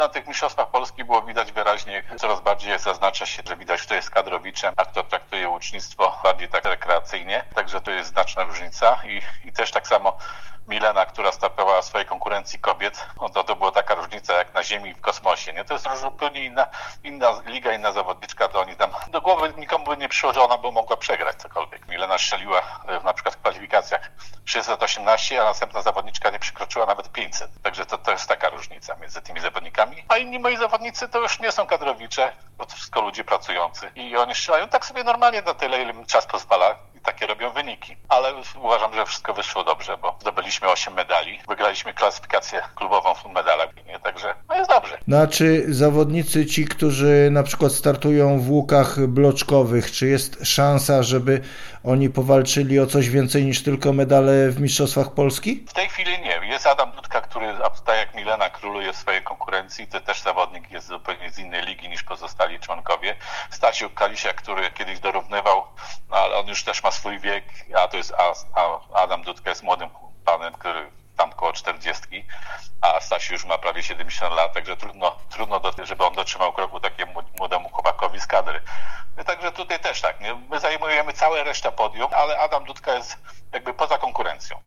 Na tych mistrzostwach Polski było widać wyraźnie, coraz bardziej zaznacza się, że widać, kto jest kadrowiczem, a kto traktuje łucznictwo bardziej tak rekreacyjnie. Także to jest znaczna różnica i też tak samo Milena, która startowała w swojej konkurencji kobiet, to była taka różnica jak na Ziemi i w kosmosie. Nie? To jest zupełnie inna liga, inna zawodniczka, to oni tam do głowy nikomu by nie przyszło, że ona by mogła przegrać cokolwiek. Milena strzeliła na przykład w kwalifikacjach 618, a następna zawodniczka nie przekroczyła nawet 500. Także to jest taka różnica między tymi zawodnikami. A inni moi zawodnicy to już nie są kadrowicze, bo to wszystko ludzie pracujący. I oni strzelają tak sobie normalnie na tyle, ile im czas pozwala. Takie robią wyniki. Ale uważam, że wszystko wyszło dobrze, bo zdobyliśmy 8 medali. Wygraliśmy klasyfikację klubową w medalach. Także jest dobrze. No a czy zawodnicy ci, którzy na przykład startują w łukach bloczkowych, czy jest szansa, żeby oni powalczyli o coś więcej niż tylko medale w Mistrzostwach Polski? W tej chwili nie. Jest Adam Dudka, który tak jak Milena króluje w swojej konkurencji. To też zawodnik jest zupełnie z innej ligi niż pozostali członkowie. Stasiu Kalisia, który kiedyś dorównywał, ale on już też ma swój wiek, a to jest Adam Dudka jest młodym panem, który tam koło 40, a Stasiu już ma prawie 70 lat, także trudno żeby on dotrzymał kroku takiemu młodemu chłopakowi z kadry. Także tutaj też tak, nie? My zajmujemy całe resztę podium, ale Adam Dudka jest jakby poza konkurencją.